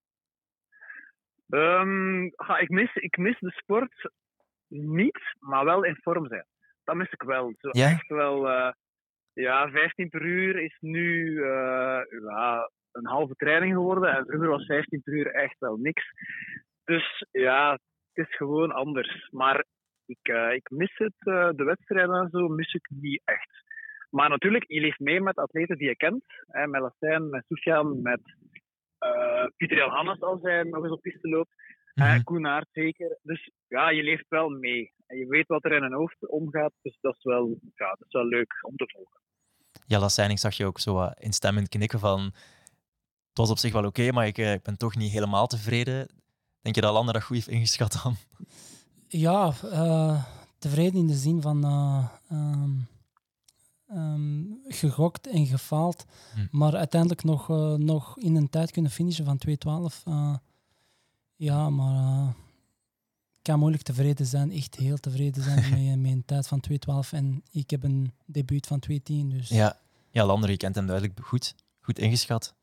Um, ja, ik, mis, ik mis de sport niet, maar wel in vorm zijn. Dat mis ik wel. Zo ja? Echt wel... Uh, ja, vijftien per uur is nu uh, ja, een halve training geworden. En vroeger was vijftien per uur echt wel niks. Dus ja... Het is gewoon anders. Maar ik, uh, ik mis het, uh, de wedstrijden en zo, mis ik niet echt. Maar natuurlijk, je leeft mee met atleten die je kent. Hè, met Lassine, met Soufiane, met uh, Pieter Jan Hannes als hij nog eens op piste loopt. Mm-hmm. Koen Aert zeker. Dus ja, je leeft wel mee. En je weet wat er in een hoofd omgaat. Dus dat is wel, ja, dat is wel leuk om te volgen. Ja, Lassine, ik zag je ook zo uh, instemmend knikken van... Het was op zich wel oké, okay, maar ik, uh, ik ben toch niet helemaal tevreden. Denk je dat Lander dat goed heeft ingeschat dan? Ja, uh, tevreden in de zin van uh, um, um, gegokt en gefaald, hm. maar uiteindelijk nog, uh, nog in een tijd kunnen finishen van twee twaalf. Uh, ja, maar uh, ik kan moeilijk tevreden zijn, echt heel tevreden zijn met, met een tijd van twee twaalf en ik heb een debuut van twee tien. Dus. Ja. ja, Lander, je kent hem duidelijk goed. Goed ingeschat.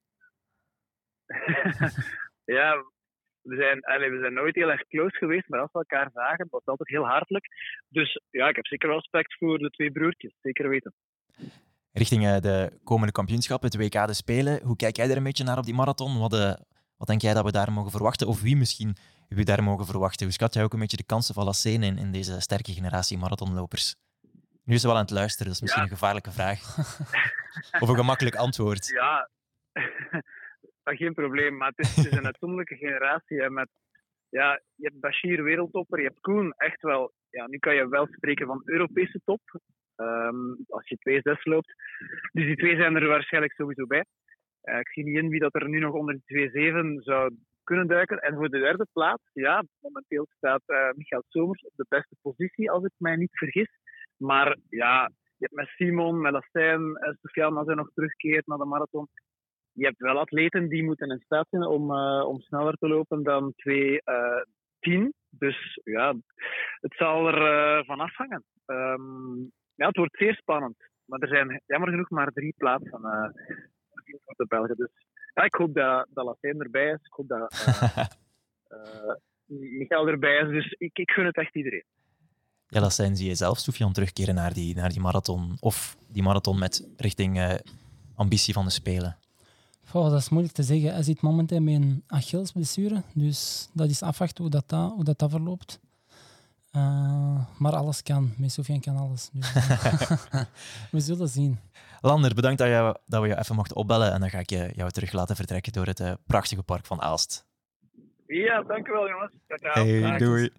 ja, We zijn, allez, we zijn nooit heel erg close geweest, maar als we elkaar zagen, was het altijd heel hartelijk. Dus ja, ik heb zeker wel respect voor de twee broertjes, zeker weten. Richting uh, de komende kampioenschappen, het W K de Spelen, hoe kijk jij er een beetje naar op die marathon? Wat, uh, wat denk jij dat we daar mogen verwachten? Of wie misschien we daar mogen verwachten? Hoe schat jij ook een beetje de kansen van Lassine in, in deze sterke generatie marathonlopers? Nu is ze wel aan het luisteren, dat is misschien ja. een gevaarlijke vraag. Of een gemakkelijk antwoord. Ja... Geen probleem, maar het is, het is een uitzonderlijke generatie. Hè, met, ja, je hebt Bashir wereldtopper, je hebt Koen echt wel... Ja, nu kan je wel spreken van Europese top, um, als je twee zes loopt. Dus die twee zijn er waarschijnlijk sowieso bij. Uh, ik zie niet in wie dat er nu nog onder de twee zeven zou kunnen duiken. En voor de derde plaats, ja, momenteel staat uh, Michael Somers op de beste positie, als ik mij niet vergis. Maar ja, je hebt met Simon, met Lassine, uh, Soufiane, als hij nog terugkeert naar de marathon... Je hebt wel atleten die moeten in staat zijn om, uh, om sneller te lopen dan twee tien. Dus ja, het zal er uh, van afhangen. Um, ja, het wordt zeer spannend. Maar er zijn jammer genoeg maar drie plaatsen uh, verdiend voor de Belgen. Dus ja, ik hoop dat, dat Lassijn erbij is. Ik hoop dat uh, uh, Michael erbij is. Dus ik, ik gun het echt iedereen. Ja, Lassijn, zie je zelf, Soufiane, terugkeren naar die, naar die marathon? Of die marathon met richting uh, ambitie van de Spelen? Oh, dat is moeilijk te zeggen. Hij zit momenteel met een Achillesblessure. Dus dat is afwachten hoe dat, dat, hoe dat, dat verloopt. Uh, maar alles kan. Met Soufiane kan alles. Dus, uh, we zullen zien. Lander, bedankt dat, je, dat we je even mochten opbellen. En dan ga ik je, jou terug laten vertrekken door het uh, prachtige park van Aalst. Ja, dankjewel jongens. Hey, doei.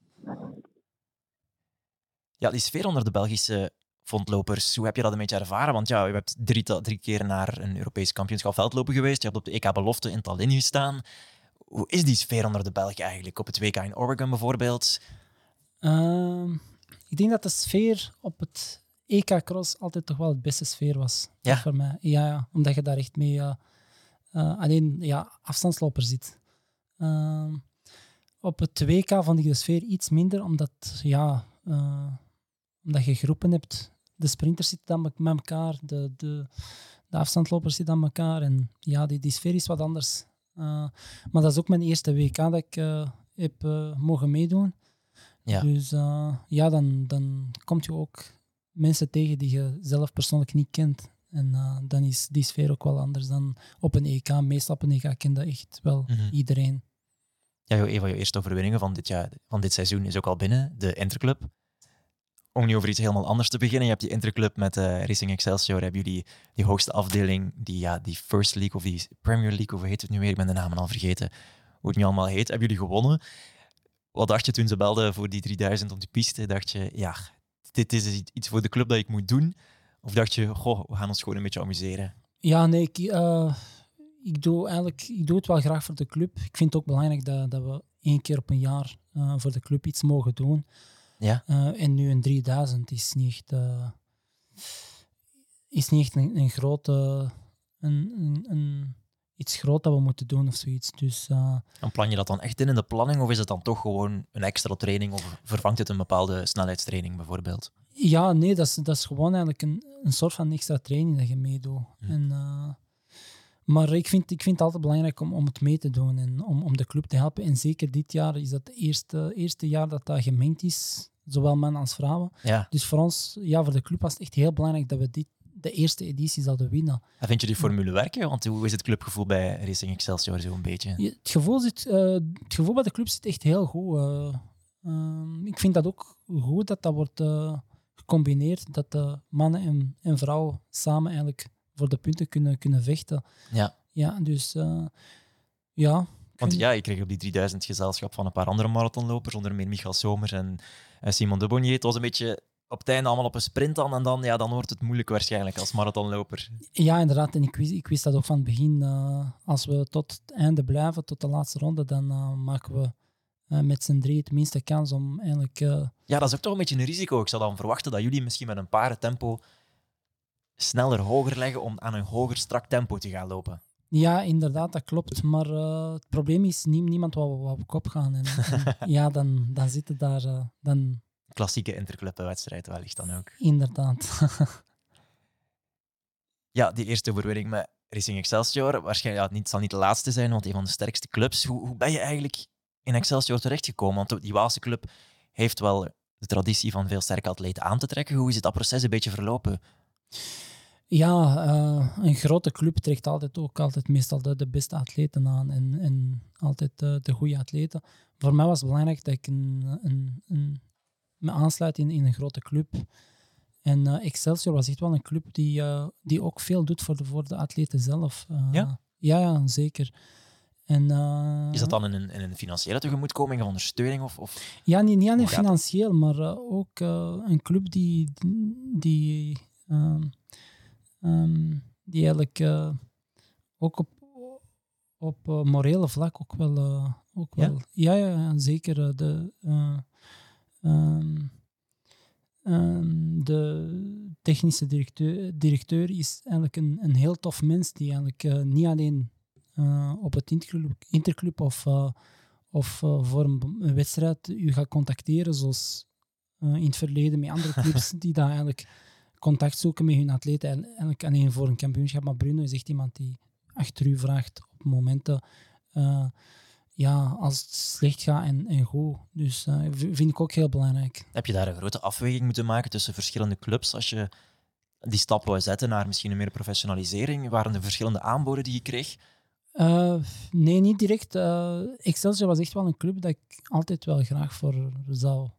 Ja, die sfeer onder de Belgische fondlopers, hoe heb je dat een beetje ervaren? Want ja, je hebt drie, drie keer naar een Europees kampioenschap veldlopen geweest. Je hebt op de E K Belofte in Tallinn gestaan. Hoe is die sfeer onder de Belgen eigenlijk? Op het W K in Oregon bijvoorbeeld? Uh, ik denk dat de sfeer op het E K Cross altijd toch wel het beste sfeer was. Ja? Voor mij. Ja, ja, omdat je daar echt mee uh, uh, alleen ja, afstandsloper zit. Uh, op het W K vond ik de sfeer iets minder, omdat, ja, uh, omdat je groepen hebt. De sprinters zitten dan met elkaar, de, de, de afstandslopers zitten aan elkaar. En ja, die, die sfeer is wat anders. Uh, maar dat is ook mijn eerste W K dat ik uh, heb uh, mogen meedoen. Ja. Dus uh, ja, dan, dan kom je ook mensen tegen die je zelf persoonlijk niet kent. En uh, dan is die sfeer ook wel anders dan op een E K. Meestal op een E K kende echt wel mm-hmm. iedereen. Ja, een van je eerste overwinningen van dit, jaar, van dit seizoen is ook al binnen, de Interclub. Om nu over iets helemaal anders te beginnen. Je hebt die Interclub met uh, Racing Excelsior. Hebben jullie die hoogste afdeling, die, ja, die First League of die Premier League, of hoe heet het nu weer? Ik ben de namen al vergeten. Hoe het nu allemaal heet. Hebben jullie gewonnen? Wat dacht je toen ze belden voor die drieduizend op de piste? Dacht je, ja, dit is iets voor de club dat ik moet doen? Of dacht je, goh, we gaan ons gewoon een beetje amuseren? Ja, nee, ik, uh, ik, doe eigenlijk, ik doe het wel graag voor de club. Ik vind het ook belangrijk dat, dat we één keer op een jaar uh, voor de club iets mogen doen. Ja. Uh, en nu een drieduizend is niet echt, uh, is niet echt een, een grote... Een, een, een, iets groot dat we moeten doen of zoiets. Dus, uh, en plan je dat dan echt in in de planning, of is het dan toch gewoon een extra training, of vervangt het een bepaalde snelheidstraining bijvoorbeeld? Ja, nee, dat is, dat is gewoon eigenlijk een, een soort van extra training dat je meedoet. Hm. En, uh, maar ik vind, ik vind het altijd belangrijk om, om het mee te doen en om, om de club te helpen. En zeker dit jaar is dat het eerste, eerste jaar dat dat gemengd is, zowel mannen als vrouwen. Ja. Dus voor ons, ja, voor de club was het echt heel belangrijk dat we dit de eerste editie zouden winnen. En vind je die formule werken? Want hoe is het clubgevoel bij Racing Excelsior zo'n beetje? Ja, het, gevoel zit, uh, het gevoel bij de club zit echt heel goed. Uh, uh, ik vind dat ook goed dat dat wordt uh, gecombineerd, dat de mannen en, en vrouwen samen eigenlijk voor de punten kunnen, kunnen vechten. Ja. Ja, dus uh, ja. Want ja, ik kreeg op die drieduizend gezelschap van een paar andere marathonlopers, onder meer Michael Somers en, en Simon de Bonnier. Het was een beetje op het einde allemaal op een sprint dan, en dan, ja, dan wordt het moeilijk waarschijnlijk als marathonloper. Ja, inderdaad. En ik wist, ik wist dat ook van het begin. Uh, als we tot het einde blijven, tot de laatste ronde, dan uh, maken we uh, met z'n drie het minste kans om eigenlijk... Uh... Ja, dat is ook toch een beetje een risico. Ik zou dan verwachten dat jullie misschien met een paardentempo sneller hoger leggen om aan een hoger strak tempo te gaan lopen. Ja, inderdaad, dat klopt. Maar uh, het probleem is, nie, niemand wou, wou op kop gaan. En, en ja, dan, dan zitten daar... Uh, dan... Klassieke interclubwedstrijd wellicht dan ook. Inderdaad. Ja, die eerste overwinning met Racing Excelsior. Waarschijnlijk, ja, het zal niet de laatste zijn, want een van de sterkste clubs. Hoe, hoe ben je eigenlijk in Excelsior terechtgekomen? Want die Waalse club heeft wel de traditie van veel sterke atleten aan te trekken. Hoe is het dat proces een beetje verlopen? Ja, uh, een grote club trekt altijd ook altijd meestal de, de beste atleten aan en, en altijd uh, de goede atleten. Voor mij was het belangrijk dat ik een, een, een, me aansluit in, in een grote club. En uh, Excelsior was echt wel een club die, uh, die ook veel doet voor de, voor de atleten zelf. Uh, ja? Ja, ja, zeker. En, uh, is dat dan in een, in een financiële tegemoetkoming of ondersteuning? Of, of... Ja, niet, niet alleen financieel, maar uh, ook uh, een club die... die um, Um, die eigenlijk uh, ook op, op uh, morele vlak ook wel... Uh, ook wel ja? Ja, ja, zeker. Uh, de, uh, um, um, de technische directeur, directeur is eigenlijk een, een heel tof mens die eigenlijk uh, niet alleen uh, op het interclub, interclub of, uh, of uh, voor een, een wedstrijd u gaat contacteren, zoals uh, in het verleden met andere clubs die daar eigenlijk... contact zoeken met hun atleten. En eigenlijk alleen voor een kampioenschap. Maar Bruno is echt iemand die achter u vraagt op momenten uh, ja, als het slecht gaat en, en goed. Dus uh, vind ik ook heel belangrijk. Heb je daar een grote afweging moeten maken tussen verschillende clubs als je die stap wou zetten naar misschien een meer professionalisering? Waren er verschillende aanboden die je kreeg? Uh, nee, niet direct. Uh, Excelsior was echt wel een club dat ik altijd wel graag voor zou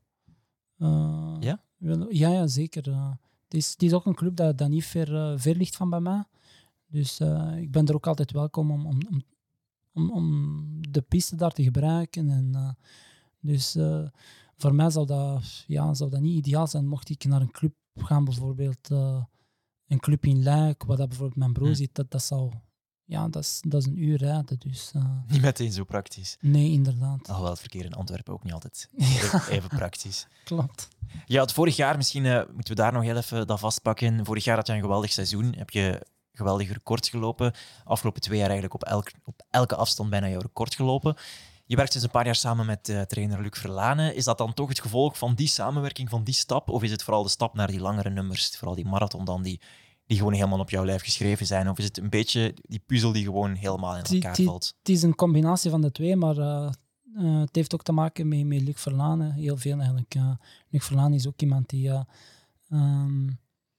uh, ja? willen. Ja, ja, zeker. Uh, het, is, het is ook een club dat, dat niet ver, uh, ver ligt van bij mij. Dus uh, ik ben er ook altijd welkom om, om, om, om, om de piste daar te gebruiken. En, uh, dus uh, voor mij zou dat, ja, zou dat niet ideaal zijn mocht ik naar een club gaan, bijvoorbeeld uh, een club in Luik, waar dat bijvoorbeeld mijn broer hm. zit. Dat, dat zou... Ja, dat is, dat is een uur rijden. Dus, uh... Niet meteen zo praktisch. Nee, inderdaad. Alhoewel het verkeer in Antwerpen ook niet altijd even, even praktisch. Klopt. Ja, het vorig jaar, misschien uh, moeten we daar nog heel even dat vastpakken. Vorig jaar had je een geweldig seizoen. Heb je geweldige records gelopen. Afgelopen twee jaar eigenlijk op, elk, op elke afstand bijna jouw record gelopen. Je werkt sinds een paar jaar samen met uh, trainer Luc Verlanen. Is dat dan toch het gevolg van die samenwerking, van die stap? Of is het vooral de stap naar die langere nummers, vooral die marathon dan, die... die gewoon helemaal op jouw lijf geschreven zijn? Of is het een beetje die puzzel die gewoon helemaal in elkaar die, valt? Het is een combinatie van de twee, maar uh, uh, het heeft ook te maken met, met Luc Verlanen. Heel veel eigenlijk. Uh, Luc Verlanen is ook iemand die, uh, um,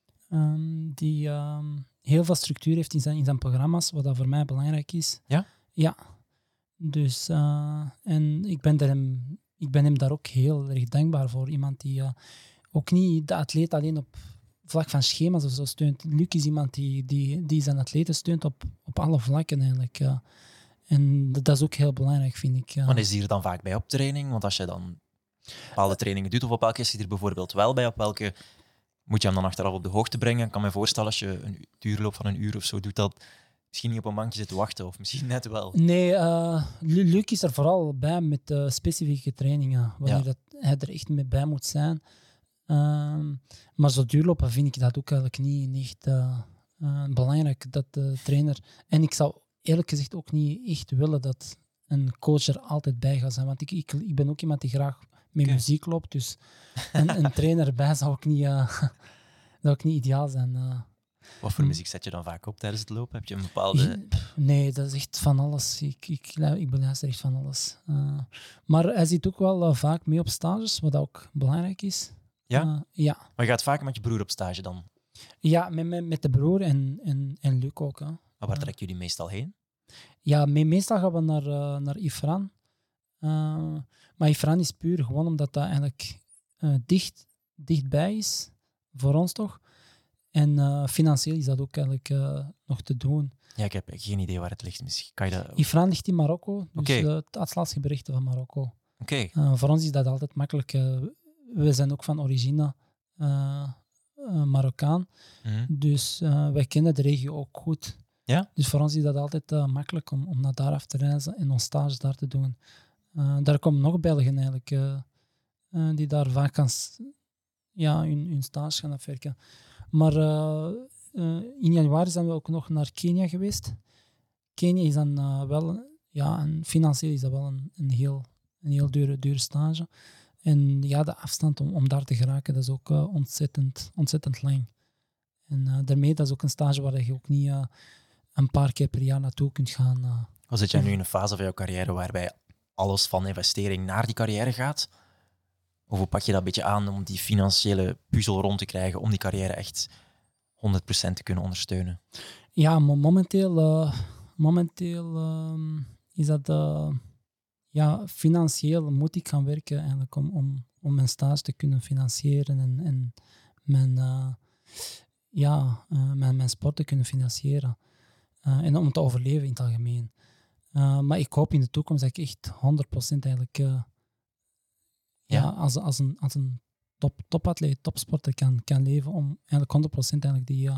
um, die um, heel veel structuur heeft in zijn, in zijn programma's, wat dat voor mij belangrijk is. Ja? Ja. Dus, uh, en ik ben, hem, ik ben hem daar ook heel erg dankbaar voor. Iemand die uh, ook niet de atleet alleen op vlak van schema's of zo steunt. Luc is iemand die, die, die zijn atleten steunt op, op alle vlakken eigenlijk. Ja. En dat, dat is ook heel belangrijk, vind ik. Ja. Maar is die er dan vaak bij op training? Want als je dan bepaalde trainingen doet, of op welke is hij er bijvoorbeeld wel bij? Op welke moet je hem dan achteraf op de hoogte brengen? Ik kan me voorstellen, als je een duurloop van een uur of zo doet, dat misschien niet op een bankje zit te wachten, of misschien net wel. Nee, uh, Luc is er vooral bij met uh, specifieke trainingen, wanneer ja. dat hij er echt mee bij moet zijn. Um, maar zo duurlopen vind ik dat ook eigenlijk niet, niet echt uh, uh, belangrijk, dat de trainer... En ik zou eerlijk gezegd ook niet echt willen dat een coach er altijd bij gaat zijn, want ik, ik, ik ben ook iemand die graag met okay. muziek loopt, dus een, een trainer erbij zou ook niet, uh, zou ook niet ideaal zijn. Uh. Wat voor muziek zet je dan vaak op tijdens het lopen? Heb je een bepaalde... Nee, dat is echt van alles. Ik, ik, ik beluister echt van alles. Uh, maar hij zit ook wel uh, vaak mee op stages, wat ook belangrijk is. Ja? Uh, ja. Maar je gaat vaak met je broer op stage dan? Ja, met, met, met de broer en, en, en Luc ook. Hè. Maar waar trekken jullie meestal heen? Ja, me, meestal gaan we naar, uh, naar Ifran. Uh, maar Ifran is puur gewoon omdat dat eigenlijk uh, dicht, dichtbij is, voor ons toch. En uh, financieel is dat ook eigenlijk uh, nog te doen. Ja, ik heb geen idee waar het ligt. Misschien kan je dat... Ifran ligt in Marokko, dus okay. uh, het Atlasgebergte van Marokko. Okay. Uh, voor ons is dat altijd makkelijk. Uh, we zijn ook van origine uh, uh, Marokkaan, mm-hmm. dus uh, wij kennen de regio ook goed. Ja? Dus voor ons is dat altijd uh, makkelijk om, om naar daar af te reizen en ons stage daar te doen. Uh, daar komen nog Belgen eigenlijk, uh, uh, die daar vaak gaan, ja, hun, hun stage gaan afwerken. Maar uh, uh, in januari zijn we ook nog naar Kenia geweest. Kenia is dan uh, wel, ja, en financieel is dat wel een, een heel, een heel dure, dure stage. En ja, de afstand om, om daar te geraken, dat is ook uh, ontzettend, ontzettend lang. En uh, daarmee, dat is ook een stage waar je ook niet uh, een paar keer per jaar naartoe kunt gaan. Uh. Of zit jij nu in een fase van jouw carrière waarbij alles van investering naar die carrière gaat? Of hoe pak je dat een beetje aan om die financiële puzzel rond te krijgen, om die carrière echt honderd procent te kunnen ondersteunen? Ja, momenteel, uh, momenteel uh, is dat... Uh, ja, financieel moet ik gaan werken eigenlijk om, om, om mijn stage te kunnen financieren en, en mijn, uh, ja, uh, mijn, mijn sport te kunnen financieren. Uh, en om te overleven in het algemeen. Uh, maar ik hoop in de toekomst dat ik echt honderd procent eigenlijk... Uh, ja, ja als, als een, als een top, topatleet, topsporter kan, kan leven, om eigenlijk honderd procent eigenlijk die... Uh,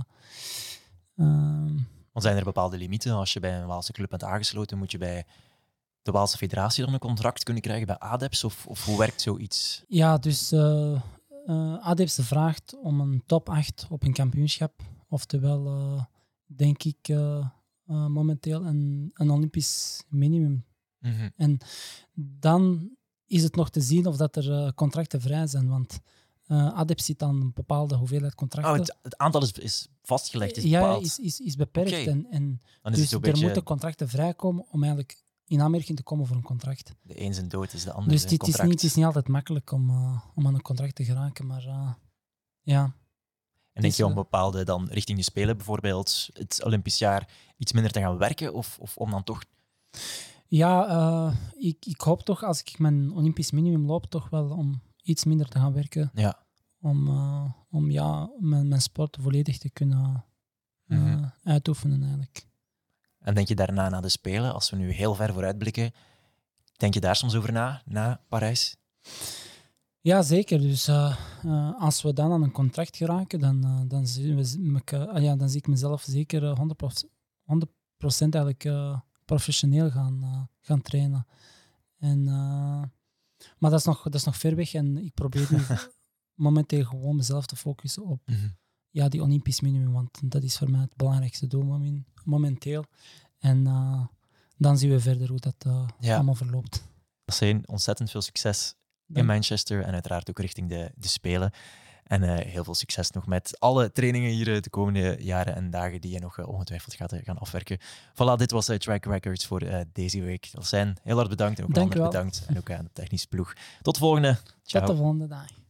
uh, Want zijn er bepaalde limieten? Als je bij een Waalse club bent aangesloten, moet je bij de Waalse federatie dan een contract kunnen krijgen bij ADEPS? Of, of hoe werkt zoiets? Ja, dus uh, uh, ADEPS vraagt om een top acht op een kampioenschap. Oftewel, uh, denk ik, uh, uh, momenteel een, een Olympisch minimum. Mm-hmm. En dan is het nog te zien of dat er uh, contracten vrij zijn. Want Uh, Adep zit aan een bepaalde hoeveelheid contracten. Oh, het, het aantal is, is vastgelegd, is ja, bepaald. is, is, is beperkt. Okay. En, en Dan is dus het er beetje... moeten contracten vrijkomen om eigenlijk in aanmerking te komen voor een contract. De een zijn dood is de ander Dus zijn het, het, is contract. niet, het is niet altijd makkelijk om, uh, om aan een contract te geraken, maar uh, ja. En denk je om bepaalde dan richting de Spelen, bijvoorbeeld het Olympisch jaar, iets minder te gaan werken? Of, of om dan toch... Ja, uh, ik, ik hoop toch, als ik mijn Olympisch minimum loop, toch wel om iets minder te gaan werken. Ja. Om, uh, om ja, mijn, mijn sport volledig te kunnen uh, mm-hmm. uitoefenen eigenlijk. En denk je daarna na de Spelen, als we nu heel ver vooruitblikken, denk je daar soms over na, na Parijs? Ja, zeker. Dus uh, uh, als we dan aan een contract geraken, dan, uh, dan, zie, we, uh, ja, dan zie ik mezelf zeker uh, honderd procent eigenlijk uh, professioneel gaan, uh, gaan trainen. En, uh, maar dat is, nog, dat is nog ver weg en ik probeer nu momenteel gewoon mezelf te focussen op mm-hmm. ja, die Olympisch minimum, want dat is voor mij het belangrijkste doel momenteel. En uh, dan zien we verder hoe dat uh, ja. allemaal verloopt. Zijn ontzettend veel succes in Manchester en uiteraard ook richting de, de Spelen. En uh, heel veel succes nog met alle trainingen hier de komende jaren en dagen die je nog uh, ongetwijfeld gaat uh, gaan afwerken. Voilà, dit was uh, Track Records voor uh, deze week. Zijn heel hard bedankt en ook Lander bedankt. En ook aan de technische ploeg. Tot de volgende. Ciao. Tot de volgende dag.